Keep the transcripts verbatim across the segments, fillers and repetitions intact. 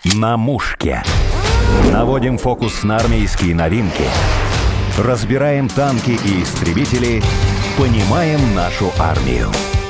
На мушке. Наводим фокус на армейские новинки. Разбираем танки и истребители. Понимаем нашу армию.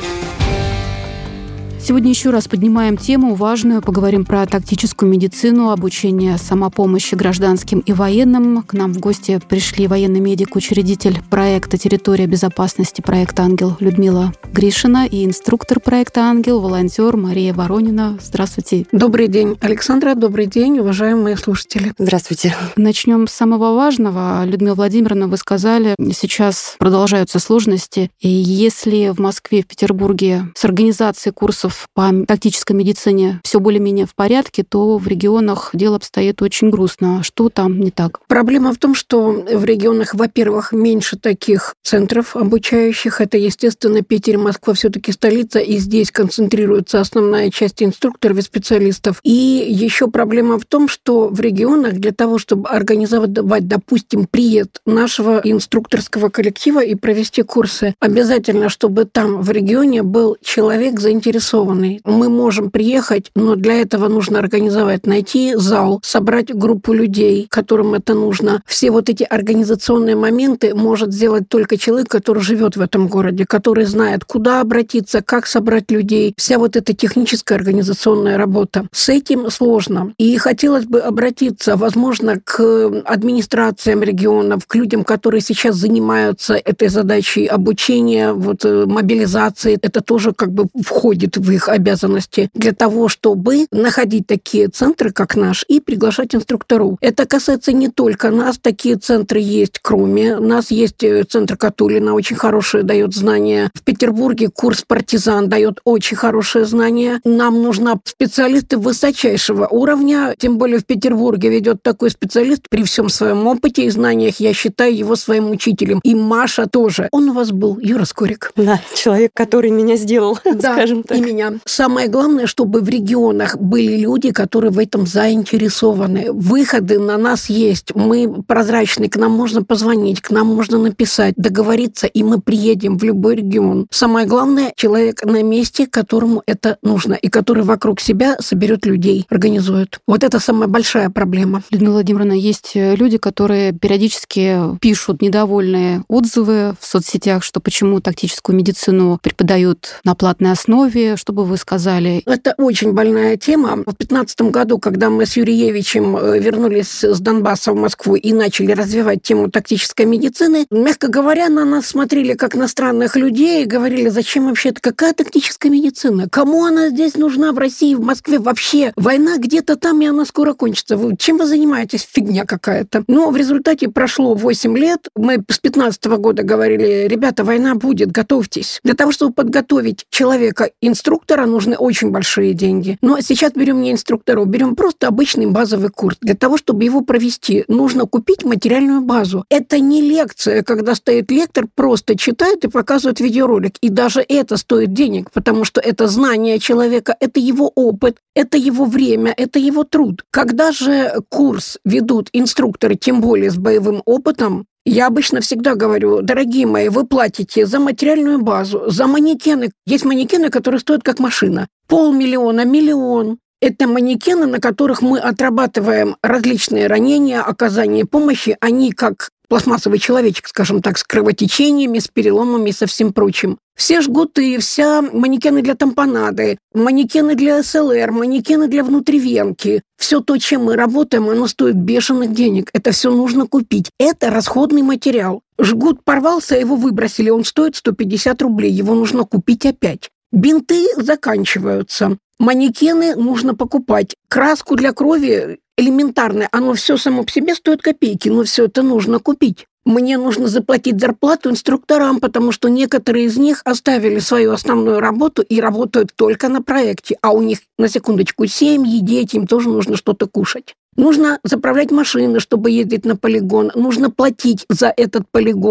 Сегодня еще раз поднимаем тему важную, поговорим про тактическую медицину, обучение самопомощи гражданским и военным. К нам в гости пришли военный медик, учредитель проекта «Территория безопасности», проекта «Ангел» Людмила Гришина и инструктор проекта «Ангел», волонтер Мария Воронина. Здравствуйте. Добрый день, Александра. Добрый день, уважаемые слушатели. Здравствуйте. Начнем с самого важного. Людмила Владимировна, вы сказали, сейчас продолжаются сложности. И если в Москве, в Петербурге с организацией курсов по тактической медицине все более-менее в порядке, то в регионах дело обстоит очень грустно. Что там не так? Проблема в том, что в регионах, во-первых, меньше таких центров обучающих. Это, естественно, Питер, Москва все-таки столица, и здесь концентрируется основная часть инструкторов и специалистов. И еще проблема в том, что в регионах для того, чтобы организовать, допустим, приезд нашего инструкторского коллектива и провести курсы, обязательно, чтобы там в регионе был человек заинтересованный. Мы можем приехать, но для этого нужно организовать, найти зал, собрать группу людей, которым это нужно. Все вот эти организационные моменты может сделать только человек, который живет в этом городе, который знает, куда обратиться, как собрать людей. Вся вот эта техническая организационная работа. С этим сложно. И хотелось бы обратиться, возможно, к администрациям регионов, к людям, которые сейчас занимаются этой задачей обучения, вот, мобилизации. Это тоже как бы входит в их обязанности для того, чтобы находить такие центры, как наш, и приглашать инструкторов. Это касается не только нас, такие центры есть, кроме нас. Есть центр Катулина, очень хорошие дает знания. В Петербурге курс «Партизан» дает очень хорошие знания. Нам нужны специалисты высочайшего уровня, тем более в Петербурге ведет такой специалист. При всем своем опыте и знаниях я считаю его своим учителем. И Маша тоже. Он у вас был, Юра Скорик. Да, человек, который меня сделал, да, скажем так. И меня. Самое главное, чтобы в регионах были люди, которые в этом заинтересованы. Выходы на нас есть. Мы прозрачны, к нам можно позвонить, к нам можно написать, договориться, и мы приедем в любой регион. Самое главное, человек на месте, которому это нужно, и который вокруг себя соберет людей, организует. Вот это самая большая проблема. Людмила Владимировна, есть люди, которые периодически пишут недовольные отзывы в соцсетях, что почему тактическую медицину преподают на платной основе. Что бы вы сказали? Это очень больная тема. В две тысячи пятнадцатом году, когда мы с Юриевичем вернулись с Донбасса в Москву и начали развивать тему тактической медицины, мягко говоря, на нас смотрели как на странных людей и говорили, зачем вообще это, какая тактическая медицина? Кому она здесь нужна в России, в Москве вообще? Война где-то там, и она скоро кончится. Вы, чем вы занимаетесь? Фигня какая-то. Но в результате прошло восемь лет. Мы с две тысячи пятнадцатого года говорили, ребята, война будет, готовьтесь. Для того, чтобы подготовить человека, инструктора, нужны очень большие деньги. Но сейчас берем не инструкторов, берем просто обычный базовый курс. Для того, чтобы его провести, нужно купить материальную базу. Это не лекция, когда стоит лектор, просто читает и показывает видеоролик. И даже это стоит денег, потому что это знание человека, это его опыт, это его время, это его труд. Когда же курс ведут инструкторы, тем более с боевым опытом, я обычно всегда говорю, дорогие мои, вы платите за материальную базу, за манекены. Есть манекены, которые стоят как машина. Полмиллиона, миллион. Это манекены, на которых мы отрабатываем различные ранения, оказание помощи. Они как пластмассовый человечек, скажем так, с кровотечениями, с переломами и со всем прочим. Все жгуты, вся манекены для тампонады, манекены для СЛР, манекены для внутривенки. Все то, чем мы работаем, оно стоит бешеных денег. Это все нужно купить. Это расходный материал. Жгут порвался, его выбросили, он стоит сто пятьдесят рублей. Его нужно купить опять. Бинты заканчиваются. Манекены нужно покупать. Краску для крови элементарное. Оно все само по себе стоит копейки, но все это нужно купить. Мне нужно заплатить зарплату инструкторам, потому что некоторые из них оставили свою основную работу и работают только на проекте, а у них, на секундочку, семьи, дети, им тоже нужно что-то кушать. Нужно заправлять машины, чтобы ездить на полигон, нужно платить за этот полигон.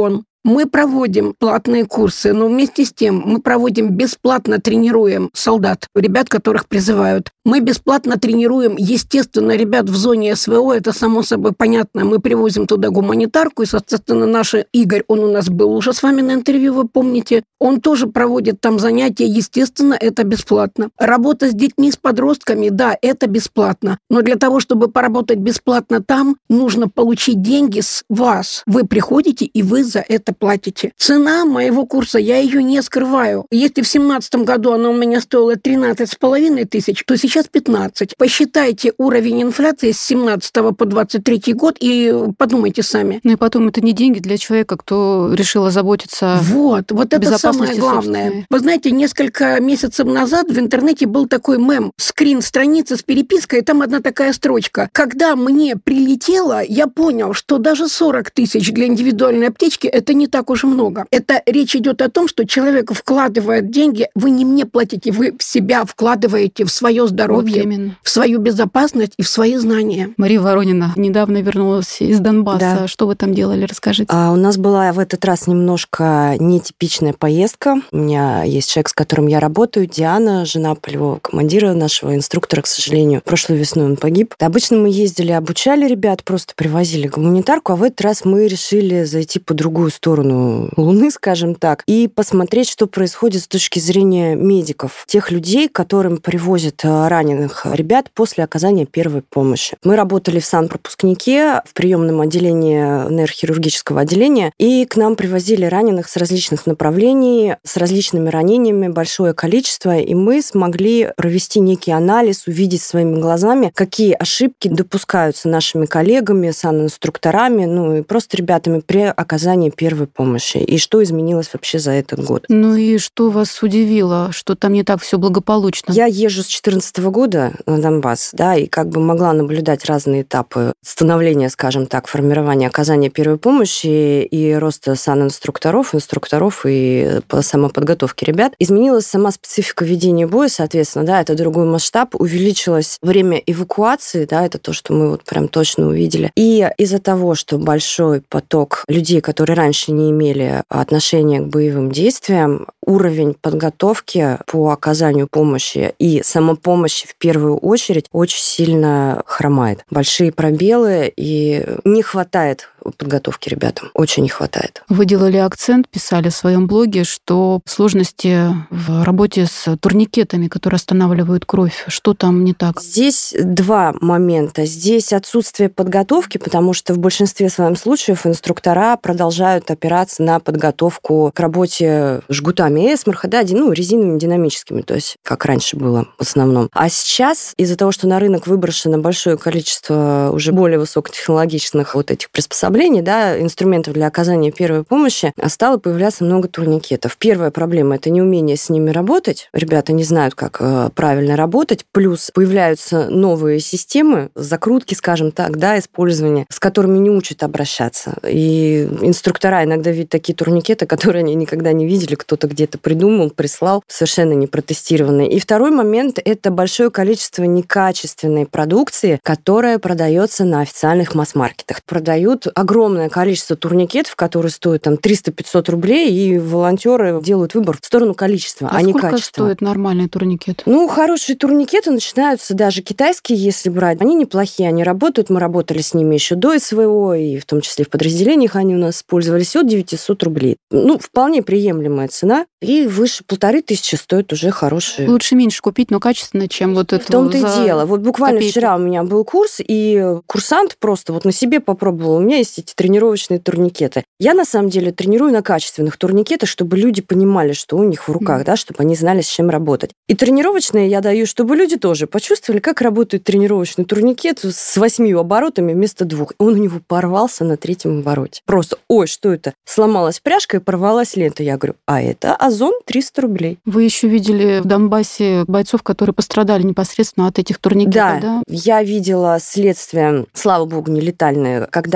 Мы проводим платные курсы, но вместе с тем мы проводим бесплатно, тренируем солдат, ребят, которых призывают. Мы бесплатно тренируем, естественно, ребят в зоне СВО, это само собой понятно. Мы привозим туда гуманитарку, и, соответственно, наш Игорь, он у нас был уже с вами на интервью, вы помните, он тоже проводит там занятия, естественно, это бесплатно. Работа с детьми, с подростками, да, это бесплатно. Но для того, чтобы поработать бесплатно там, нужно получить деньги с вас. Вы приходите, и вы за это платите. Цена моего курса, я ее не скрываю. Если в семнадцатом году она у меня стоила тринадцать с половиной тысяч, то сейчас пятнадцать. Посчитайте уровень инфляции с семнадцатого по двадцать третий год и подумайте сами. Ну и потом, это не деньги для человека, кто решил озаботиться вот, вот это самое главное. Собственной. Вы знаете, несколько месяцев назад в интернете был такой мем, скрин страницы с перепиской, и там одна такая строчка. Когда мне прилетело, я понял, что даже сорок тысяч для индивидуальной аптечки – это не так уж много. Это речь идет о том, что человек вкладывает деньги, вы не мне платите, вы в себя вкладываете, в свое здоровье, вот в свою безопасность и в свои знания. Мария Воронина недавно вернулась из Донбасса. Да. Что вы там делали? Расскажите. А у нас была в этот раз немножко нетипичная поездка. У меня есть человек, с которым я работаю, Диана, жена полевого командира, нашего инструктора, к сожалению. Прошлой весной он погиб. Обычно мы ездили, обучали ребят, просто привозили гуманитарку, а в этот раз мы решили зайти по другую сторону Луны, скажем так, и посмотреть, что происходит с точки зрения медиков, тех людей, которым привозят раненых ребят после оказания первой помощи. Мы работали в санпропускнике, в приемном отделении нейрохирургического отделения, и к нам привозили раненых с различных направлений, с различными ранениями, большое количество, и мы смогли провести некий анализ, увидеть своими глазами, какие ошибки допускаются нашими коллегами, санинструкторами, ну и просто ребятами при оказании первой помощи, и что изменилось вообще за этот год. Ну и что вас удивило, что там не так все благополучно? Я езжу с две тысячи четырнадцатого года на Донбасс, да, и как бы могла наблюдать разные этапы становления, скажем так, формирования оказания первой помощи и роста санинструкторов, инструкторов и самоподготовки ребят. Изменилась сама специфика ведения боя, соответственно, да, это другой масштаб, увеличилось время эвакуации, да, это то, что мы вот прям точно увидели. И из-за того, что большой поток людей, которые раньше не имели отношения к боевым действиям, уровень подготовки по оказанию помощи и самопомощи в первую очередь очень сильно хромает. Большие пробелы, и не хватает подготовки ребятам. Очень не хватает. Вы делали акцент, писали в своем блоге, что сложности в работе с турникетами, которые останавливают кровь. Что там не так? Здесь два момента. Здесь отсутствие подготовки, потому что в большинстве своем случаев инструктора продолжают опираться на подготовку к работе жгутами эсмарха, да, ну, резиновыми динамическими, то есть как раньше было в основном. А сейчас из-за того, что на рынок выброшено большое количество уже более высокотехнологичных вот этих приспособлений, да, инструментов для оказания первой помощи, стало появляться много турникетов. Первая проблема – это неумение с ними работать. Ребята не знают, как правильно работать. Плюс появляются новые системы, закрутки, скажем так, да, использования, с которыми не учат обращаться. И инструктора иногда видят такие турникеты, которые они никогда не видели, кто-то где-то придумал, прислал, совершенно не протестированные. И второй момент – это большое количество некачественной продукции, которая продается на официальных масс-маркетах. Продают огромное количество турникетов, которые стоят там триста-пятьсот рублей, и волонтеры делают выбор в сторону количества, а, а не качества. А сколько стоит нормальный турникет? Ну, хорошие турникеты начинаются, даже китайские, если брать. Они неплохие, они работают. Мы работали с ними еще до СВО, и в том числе в подразделениях они у нас использовались от девятисот рублей. Ну, вполне приемлемая цена. И выше полторы тысячи стоит уже хорошие. Лучше меньше купить, но качественно, чем вот это. В том-то и дело. Вот буквально копейки. Вчера у меня был курс, и курсант просто вот на себе попробовал. У меня есть эти тренировочные турникеты. Я, на самом деле, тренирую на качественных турникетах, чтобы люди понимали, что у них в руках, mm. да, чтобы они знали, с чем работать. И тренировочные я даю, чтобы люди тоже почувствовали, как работает тренировочный турникет с восьмью оборотами вместо двух. Он у него порвался на третьем обороте. Просто, ой, что это? Сломалась пряжка и порвалась лента. Я говорю, а это Озон триста рублей. Вы еще видели в Донбассе бойцов, которые пострадали непосредственно от этих турникетов, да? Да, я видела следствие, слава богу, не летальное, когда был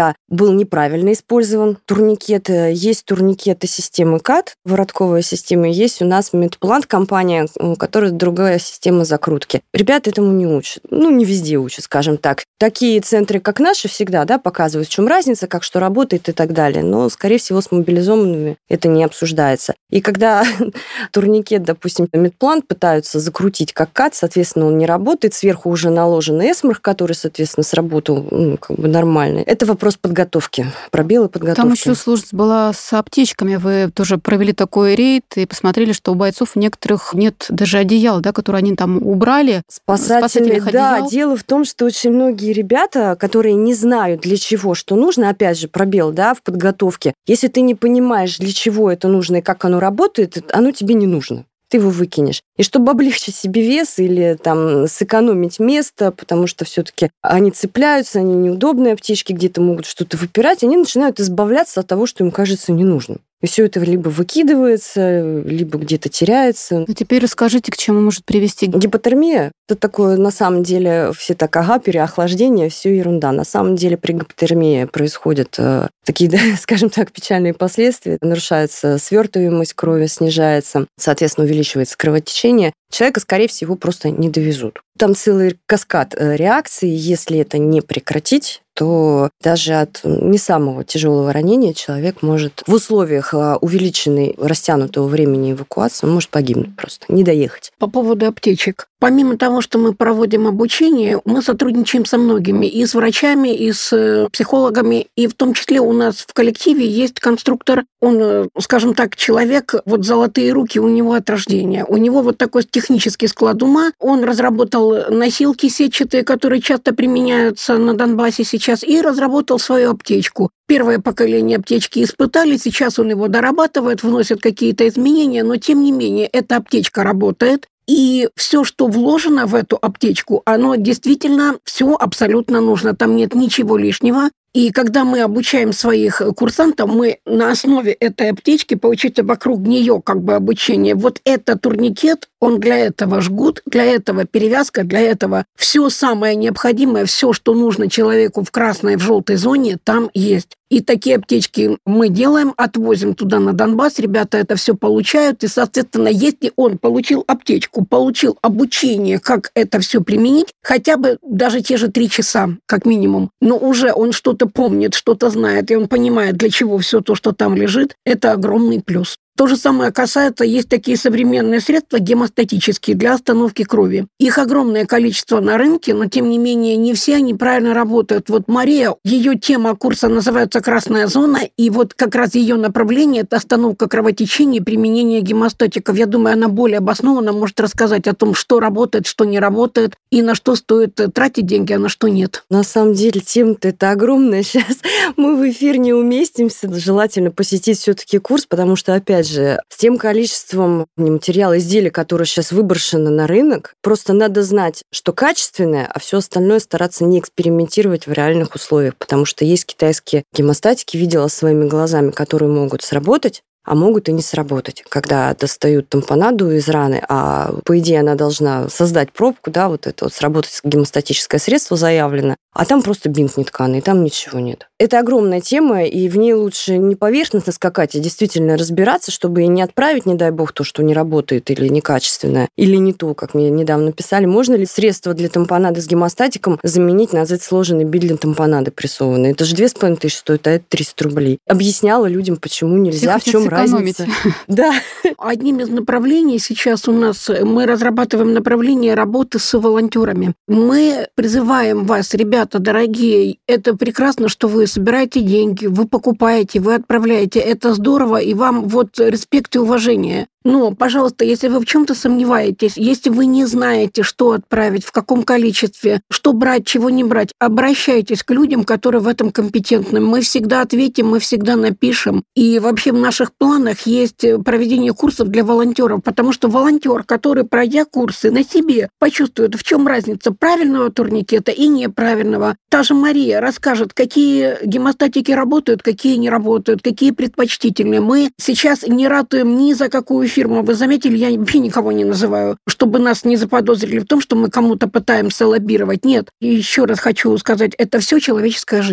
был неправильно использован турникет. Есть турникеты системы КАТ, воротковая система, есть у нас Медплант компания, у которой другая система закрутки. Ребята этому не учат. Ну, не везде учат, скажем так. Такие центры, как наши, всегда, да, показывают, в чем разница, как что работает и так далее. Но, скорее всего, с мобилизованными это не обсуждается. И когда турникет, допустим, Медплант пытаются закрутить как КАТ, соответственно, он не работает, сверху уже наложен эсмарх, который, соответственно, сработал, ну, как бы нормально. Это вопрос подготовки, пробелы подготовки. Там еще сложность была с аптечками. Вы тоже провели такой рейд и посмотрели, что у бойцов некоторых нет даже одеял, да, которые они там убрали. Спасательных одеял. Да, дело в том, что очень многие ребята, которые не знают, для чего что нужно, опять же, пробел, да, в подготовке. Если ты не понимаешь, для чего это нужно и как оно работает, оно тебе не нужно. Ты его выкинешь. И чтобы облегчить себе вес или там сэкономить место, потому что все-таки они цепляются, они неудобные аптечки, где-то могут что-то выпирать, они начинают избавляться от того, что им кажется ненужным. И все это либо выкидывается, либо где-то теряется. А теперь расскажите, к чему может привести гипотермия. Это такое, на самом деле, все так, ага, переохлаждение, все ерунда. На самом деле при гипотермии происходят э, такие, да, скажем так, печальные последствия. Нарушается свертываемость крови, снижается, соответственно, увеличивается кровотечение. Человека, скорее всего, просто не довезут. Там целый каскад реакций. Если это не прекратить, то даже от не самого тяжелого ранения человек может в условиях увеличенной, растянутого времени эвакуации, он может погибнуть просто, не доехать. По поводу аптечек. Помимо того, что мы проводим обучение, мы сотрудничаем со многими, и с врачами, и с психологами, и в том числе у нас в коллективе есть конструктор, он, скажем так, человек, вот золотые руки у него от рождения. У него вот такой технический склад ума, он разработал носилки сетчатые, которые часто применяются на Донбассе сейчас, и разработал свою аптечку. Первое поколение аптечки испытали, сейчас он его дорабатывает, вносит какие-то изменения, но тем не менее эта аптечка работает. И все, что вложено в эту аптечку, оно действительно все абсолютно нужно. Там нет ничего лишнего. И когда мы обучаем своих курсантов, мы на основе этой аптечки получаем вокруг нее как бы обучение. Вот этот турникет, он для этого жгут, для этого перевязка, для этого все самое необходимое, все, что нужно человеку в красной, в желтой зоне, там есть. И такие аптечки мы делаем, отвозим туда на Донбасс, ребята это все получают, и, соответственно, если он получил аптечку, получил обучение, как это все применить, хотя бы даже те же три часа, как минимум, но уже он что-то помнит, что-то знает, и он понимает, для чего все то, что там лежит, это огромный плюс. То же самое касается, есть такие современные средства гемостатические для остановки крови. Их огромное количество на рынке, но тем не менее не все они правильно работают. Вот Мария, ее тема курса называется «Красная зона», и вот как раз ее направление – это остановка кровотечения и применение гемостатиков. Я думаю, она более обоснованно может рассказать о том, что работает, что не работает, и на что стоит тратить деньги, а на что нет. На самом деле тема-то это огромная. Сейчас мы в эфир не уместимся. Желательно посетить все-таки курс, потому что, опять же, же, с тем количеством материала, изделий, которые сейчас выброшены на рынок, просто надо знать, что качественное, а все остальное стараться не экспериментировать в реальных условиях, потому что есть китайские гемостатики, видела своими глазами, которые могут сработать, а могут и не сработать, когда достают тампонаду из раны, а по идее она должна создать пробку, да, вот это вот сработать гемостатическое средство заявлено, а там просто бинт не тканый, там ничего нет. Это огромная тема, и в ней лучше не поверхностно скакать, а действительно разбираться, чтобы и не отправить, не дай бог, то, что не работает или некачественное, или не то, как мне недавно писали, можно ли средство для тампонады с гемостатиком заменить на Z-сложенный бит для тампонады прессованной. Это же две с половиной тысячи стоит, а это триста рублей. Объясняла людям, почему нельзя, в чем разница. Да. Одним из направлений сейчас у нас, мы разрабатываем направление работы с волонтерами. Мы призываем вас, ребята дорогие, это прекрасно, что вы собираете деньги, вы покупаете, вы отправляете. Это здорово, и вам вот респект и уважение. Но, пожалуйста, если вы в чем-то сомневаетесь, если вы не знаете, что отправить, в каком количестве, что брать, чего не брать, обращайтесь к людям, которые в этом компетентны. Мы всегда ответим, мы всегда напишем. И вообще в наших планах есть проведение курсов для волонтеров, потому что волонтер, который, пройдя курсы, на себе почувствует, в чем разница правильного турникета и неправильного. Та же Мария расскажет, какие гемостатики работают, какие не работают, какие предпочтительные. Мы сейчас не ратуем ни за какую фирму. Вы заметили, я вообще никого не называю, чтобы нас не заподозрили в том, что мы кому-то пытаемся лоббировать. Нет. И еще раз хочу сказать, это все человеческая жизнь.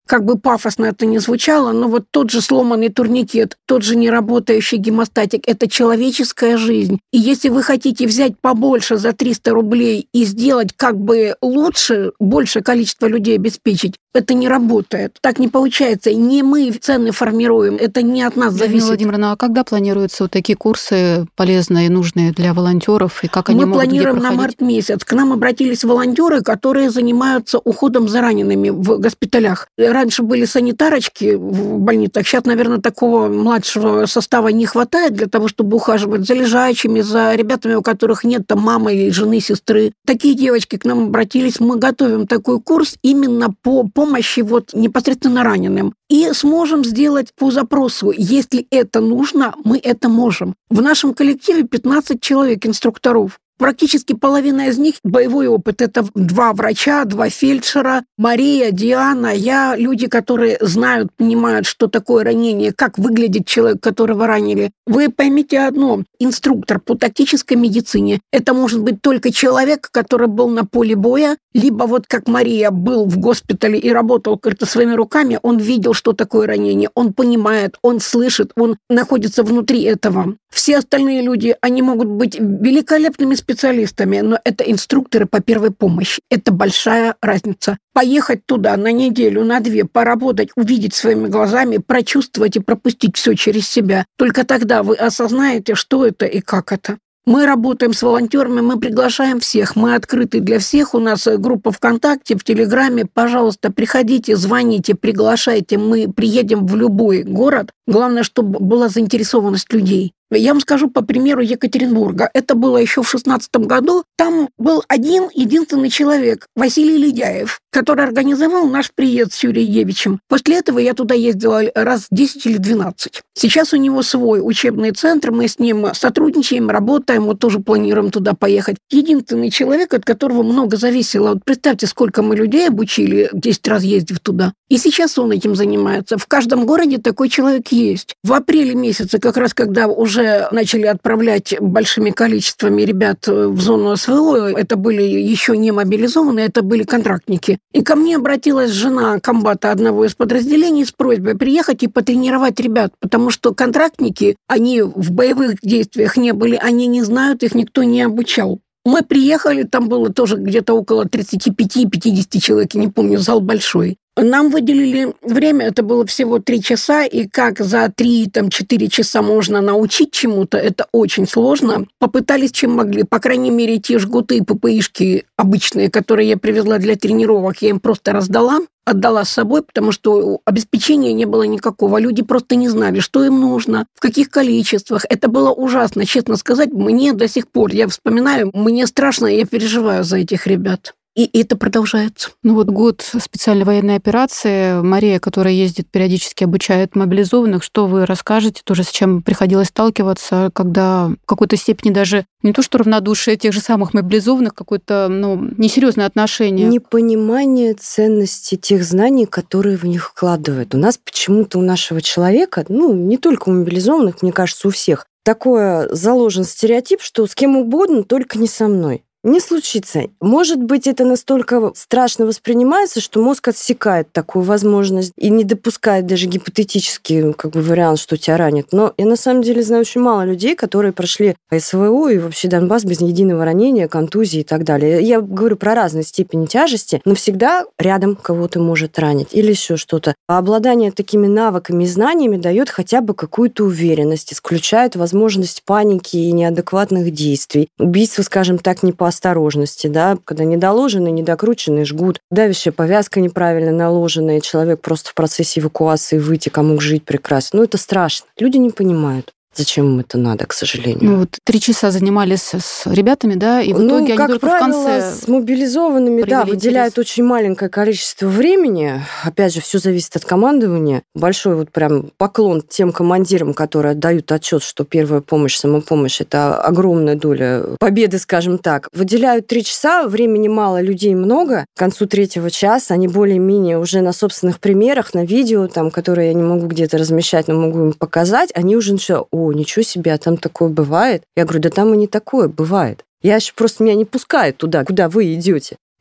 Как бы пафосно это ни звучало, но вот тот же сломанный турникет, тот же неработающий гемостатик – это человеческая жизнь. И если вы хотите взять побольше за триста рублей и сделать как бы лучше, большее количество людей обеспечить, это не работает. Так не получается. И не мы цены формируем. Это не от нас зависит. Людмила Владимировна, а когда планируются вот такие курсы полезные и нужные для волонтеров? И как они мы могут планируем на март месяц. К нам обратились волонтеры, которые занимаются уходом за ранеными в госпиталях. Раньше были санитарочки в больницах. Сейчас, наверное, такого младшего состава не хватает для того, чтобы ухаживать за лежачими, за ребятами, у которых нет там мамы или жены, сестры. Такие девочки к нам обратились. Мы готовим такой курс именно по помощи вот непосредственно раненым. И сможем сделать по запросу. Если это нужно, мы это можем. В нашем коллективе пятнадцать человек, инструкторов. Практически половина из них боевой опыт. Это два врача, два фельдшера, Мария, Диана, я. Люди, которые знают, понимают, что такое ранение, как выглядит человек, которого ранили. Вы поймите одно. Инструктор по тактической медицине – это может быть только человек, который был на поле боя, либо вот как Мария был в госпитале и работал как-то своими руками, он видел, что такое ранение, он понимает, он слышит, он находится внутри этого. Все остальные люди, они могут быть великолепными специалистами, но это инструкторы по первой помощи. Это большая разница. Поехать туда на неделю, на две, поработать, увидеть своими глазами, прочувствовать и пропустить все через себя. Только тогда вы осознаете, что это и как это. Мы работаем с волонтерами, мы приглашаем всех, мы открыты для всех. У нас группа ВКонтакте, в Телеграме. Пожалуйста, приходите, звоните, приглашайте. Мы приедем в любой город. Главное, чтобы была заинтересованность людей. Я вам скажу по примеру Екатеринбурга. Это было еще в шестнадцатом году. Там был один единственный человек, Василий Ледяев, который организовал наш приезд с Юрием Евичем. После этого я туда ездила раз десять или двенадцать. Сейчас у него свой учебный центр, мы с ним сотрудничаем, работаем, вот тоже планируем туда поехать. Единственный человек, от которого много зависело. Вот представьте, сколько мы людей обучили, десять раз ездив туда. И сейчас он этим занимается. В каждом городе такой человек есть. В апреле месяце, как раз когда уже начали отправлять большими количествами ребят в зону СВО, это были еще не мобилизованные, это были контрактники. И ко мне обратилась жена комбата одного из подразделений с просьбой приехать и потренировать ребят, потому что контрактники, они в боевых действиях не были, они не знают, их никто не обучал. Мы приехали, там было тоже где-то около тридцать пять - пятьдесят человек, не помню, зал большой. Нам выделили время, это было всего три часа, и как за три-четыре часа можно научить чему-то, это очень сложно. Попытались, чем могли. По крайней мере, те жгуты и ППИшки обычные, которые я привезла для тренировок, я им просто раздала, отдала с собой, потому что обеспечения не было никакого. Люди просто не знали, что им нужно, в каких количествах. Это было ужасно, честно сказать. Мне до сих пор, я вспоминаю, мне страшно, я переживаю за этих ребят. И это продолжается. Ну вот год специальной военной операции. Мария, которая ездит, периодически обучает мобилизованных. Что вы расскажете, тоже с чем приходилось сталкиваться, когда в какой-то степени даже не то что равнодушие тех же самых мобилизованных, какое-то ну, несерьезное отношение? Непонимание ценности тех знаний, которые в них вкладывают. У нас почему-то у нашего человека, ну, не только у мобилизованных, мне кажется, у всех, такой заложен стереотип, что с кем угодно, только не со мной. Не случится. Может быть, это настолько страшно воспринимается, что мозг отсекает такую возможность и не допускает даже гипотетический как бы, вариант, что тебя ранит. Но я на самом деле знаю очень мало людей, которые прошли СВО и вообще Донбасс без единого ранения, контузии и так далее. Я говорю про разные степени тяжести, но всегда рядом кого-то может ранить или еще что-то. А обладание такими навыками и знаниями дает хотя бы какую-то уверенность, исключает возможность паники и неадекватных действий. Убийство, скажем так, не по осторожности, да, когда недоложенный, недокрученный жгут, давящая повязка неправильно наложенная, человек просто в процессе эвакуации вытек, а мог жить прекрасно. Ну, это страшно. Люди не понимают. Зачем им это надо, к сожалению? Ну, вот три часа занимались с ребятами, да, и в итоге ну, они как только правило, в конце с мобилизованными, да, выделяют очень маленькое количество времени. Опять же, все зависит от командования. Большой вот прям поклон тем командирам, которые отдают отчет, что первая помощь, самопомощь – это огромная доля победы, скажем так. Выделяют три часа, времени мало, людей много. К концу третьего часа они более-менее уже на собственных примерах, на видео, там, которые я не могу где-то размещать, но могу им показать, они уже начинают: о, ничего себе, а там такое бывает. Я говорю, да там и не такое бывает. Я еще просто меня не пускают туда, куда вы идете.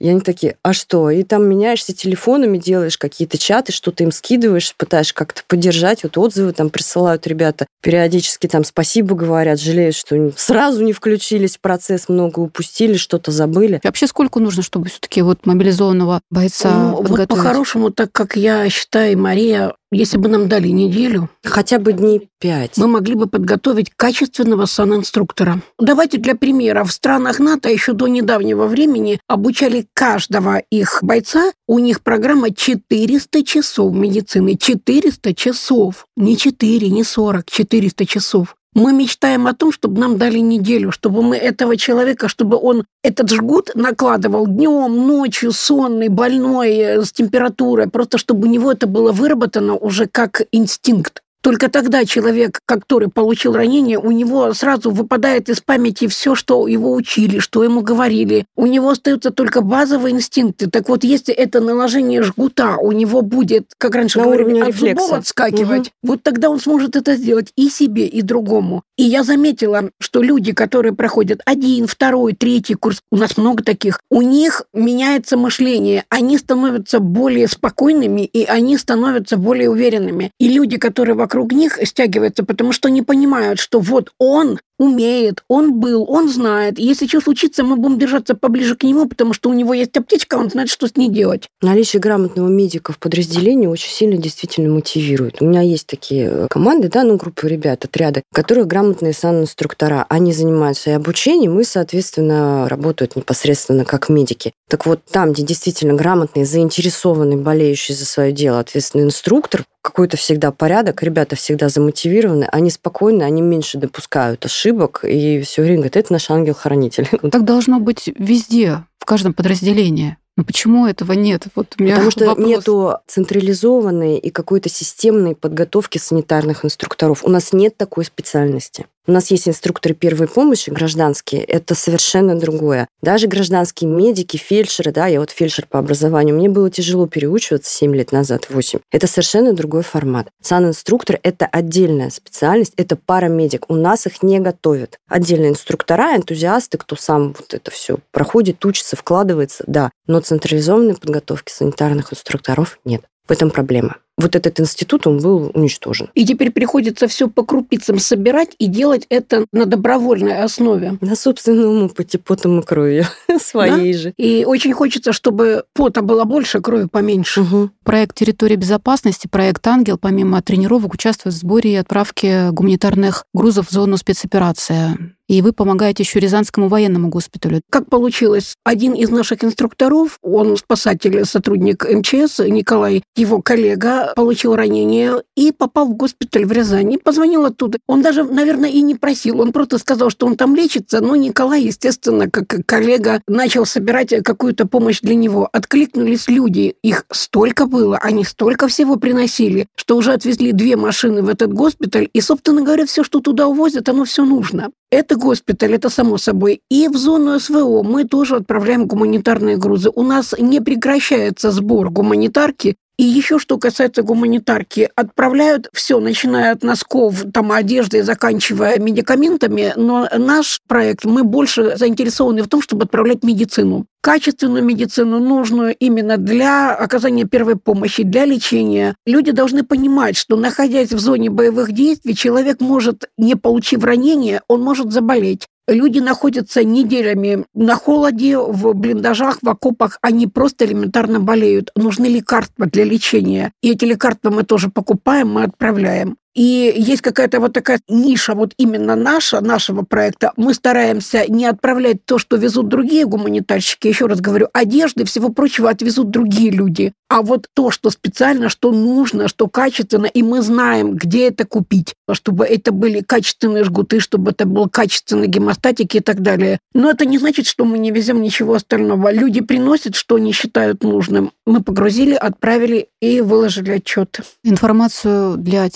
И они такие, а что? И там меняешься телефонами, делаешь какие-то чаты, что-то им скидываешь, пытаешься как-то поддержать. Вот отзывы там присылают ребята. Периодически там спасибо говорят, жалеют, что сразу не включились в процесс, много упустили, что-то забыли. Вообще сколько нужно, чтобы все-таки вот мобилизованного бойца ну, подготовить? Вот по-хорошему, так как я считаю, Мария, если бы нам дали неделю, хотя бы дней пять, мы могли бы подготовить качественного санинструктора. Давайте для примера. В странах НАТО еще до недавнего времени обучали каждого их бойца. У них программа четыреста часов медицины. четыреста часов. Не четыре, не сорок, четыреста часов. Мы мечтаем о том, чтобы нам дали неделю, чтобы мы этого человека, чтобы он этот жгут накладывал днем, ночью, сонный, больной, с температурой, просто чтобы у него это было выработано уже как инстинкт. Только тогда человек, который получил ранение, у него сразу выпадает из памяти все, что его учили, что ему говорили. У него остаются только базовые инстинкты. Так вот, если это наложение жгута у него будет, как раньше на говорили, от рефлекса. зубов отскакивать, угу. вот тогда он сможет это сделать и себе, и другому. И я заметила, что люди, которые проходят один, второй, третий курс, у нас много таких, у них меняется мышление, они становятся более спокойными, и они становятся более уверенными. И люди, которые вокруг вокруг них стягиваются, потому что не понимают, что вот он умеет, он был, он знает. Если что случится, мы будем держаться поближе к нему, потому что у него есть аптечка, он знает, что с ней делать. Наличие грамотного медика в подразделении очень сильно действительно мотивирует. У меня есть такие команды, да, ну, группы ребят, отряды, у которых грамотные санинструктора. Они занимаются и обучением, и, соответственно, работают непосредственно как медики. Так вот, там, где действительно грамотный, заинтересованный, болеющий за свое дело, ответственный инструктор, какой-то всегда порядок, ребята всегда замотивированы, они спокойны, они меньше допускают ошибок, и все время говорят, это наш ангел-хранитель. Так должно быть везде, в каждом подразделении. Но почему этого нет? Вот у меня Потому что вопрос. нету централизованной и какой-то системной подготовки санитарных инструкторов. У нас нет такой специальности. У нас есть инструкторы первой помощи гражданские, это совершенно другое. Даже гражданские медики, фельдшеры, да, я вот фельдшер по образованию, мне было тяжело переучиваться семь лет назад, восемь. Это совершенно другой формат. Санинструктор – это отдельная специальность, это парамедик. У нас их не готовят. Отдельные инструктора, энтузиасты, кто сам вот это все проходит, учится, вкладывается, да. Но централизованной подготовки санитарных инструкторов нет. В этом проблема. Вот этот институт, он был уничтожен. И теперь приходится все по крупицам собирать и делать это на добровольной основе. На собственном опыте, потом и кровью своей да? же. И очень хочется, чтобы пота было больше, крови поменьше. Угу. Проект «Территория безопасности», проект «Ангел», помимо тренировок, участвует в сборе и отправке гуманитарных грузов в зону спецоперации. И вы помогаете еще Рязанскому военному госпиталю. Как получилось? Один из наших инструкторов, он спасатель, сотрудник эм че эс, Николай, его коллега, получил ранение и попал в госпиталь в Рязани. Позвонил оттуда. Он даже, наверное, и не просил. Он просто сказал, что он там лечится, но Николай, естественно, как коллега, начал собирать какую-то помощь для него. Откликнулись люди. Их столько было, они столько всего приносили, что уже отвезли две машины в этот госпиталь. И, собственно говоря, все, что туда увозят, оно все нужно. Это госпиталь, это само собой. И в зону эс вэ о мы тоже отправляем гуманитарные грузы. У нас не прекращается сбор гуманитарки. И еще что касается гуманитарки, отправляют все, начиная от носков, там, одежды, заканчивая медикаментами, но наш проект, мы больше заинтересованы в том, чтобы отправлять медицину. Качественную медицину, нужную именно для оказания первой помощи, для лечения. Люди должны понимать, что, находясь в зоне боевых действий, человек может, не получив ранения, он может заболеть. Люди находятся неделями на холоде, в блиндажах, в окопах. Они просто элементарно болеют. Нужны лекарства для лечения. И эти лекарства мы тоже покупаем, мы отправляем. И есть какая-то вот такая ниша, вот именно наша, нашего проекта. Мы стараемся не отправлять то, что везут другие гуманитарщики. Еще раз говорю, одежды, всего прочего отвезут другие люди. А вот то, что специально, что нужно, что качественно, и мы знаем, где это купить, чтобы это были качественные жгуты, чтобы это был качественный гемостатик и так далее. Но это не значит, что мы не везем ничего остального. Люди приносят, что они считают нужным. Мы погрузили, отправили и выложили отчет. Информацию для тех, кто хочет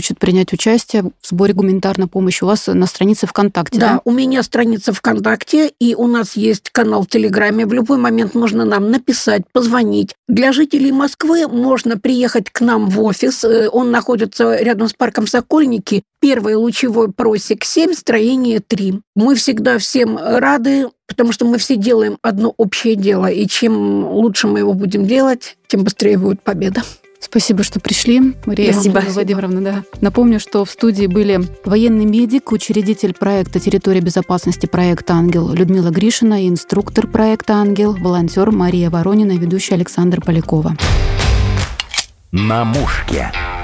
хочет принять участие в сборе гуманитарной помощи, у вас на странице ВКонтакте, да? Да, у меня страница ВКонтакте, и у нас есть канал в Телеграме. В любой момент можно нам написать, позвонить. Для жителей Москвы можно приехать к нам в офис. Он находится рядом с парком Сокольники. Первый лучевой просек семь, строение три. Мы всегда всем рады, потому что мы все делаем одно общее дело. И чем лучше мы его будем делать, тем быстрее будет победа. Спасибо, что пришли, Мария Спасибо. Владимировна. Да. Напомню, что в студии были военный медик, учредитель проекта «Территория безопасности» проекта «Ангел» Людмила Гришина и инструктор проекта «Ангел», волонтер Мария Воронина и ведущая Александра Полякова. На мушке.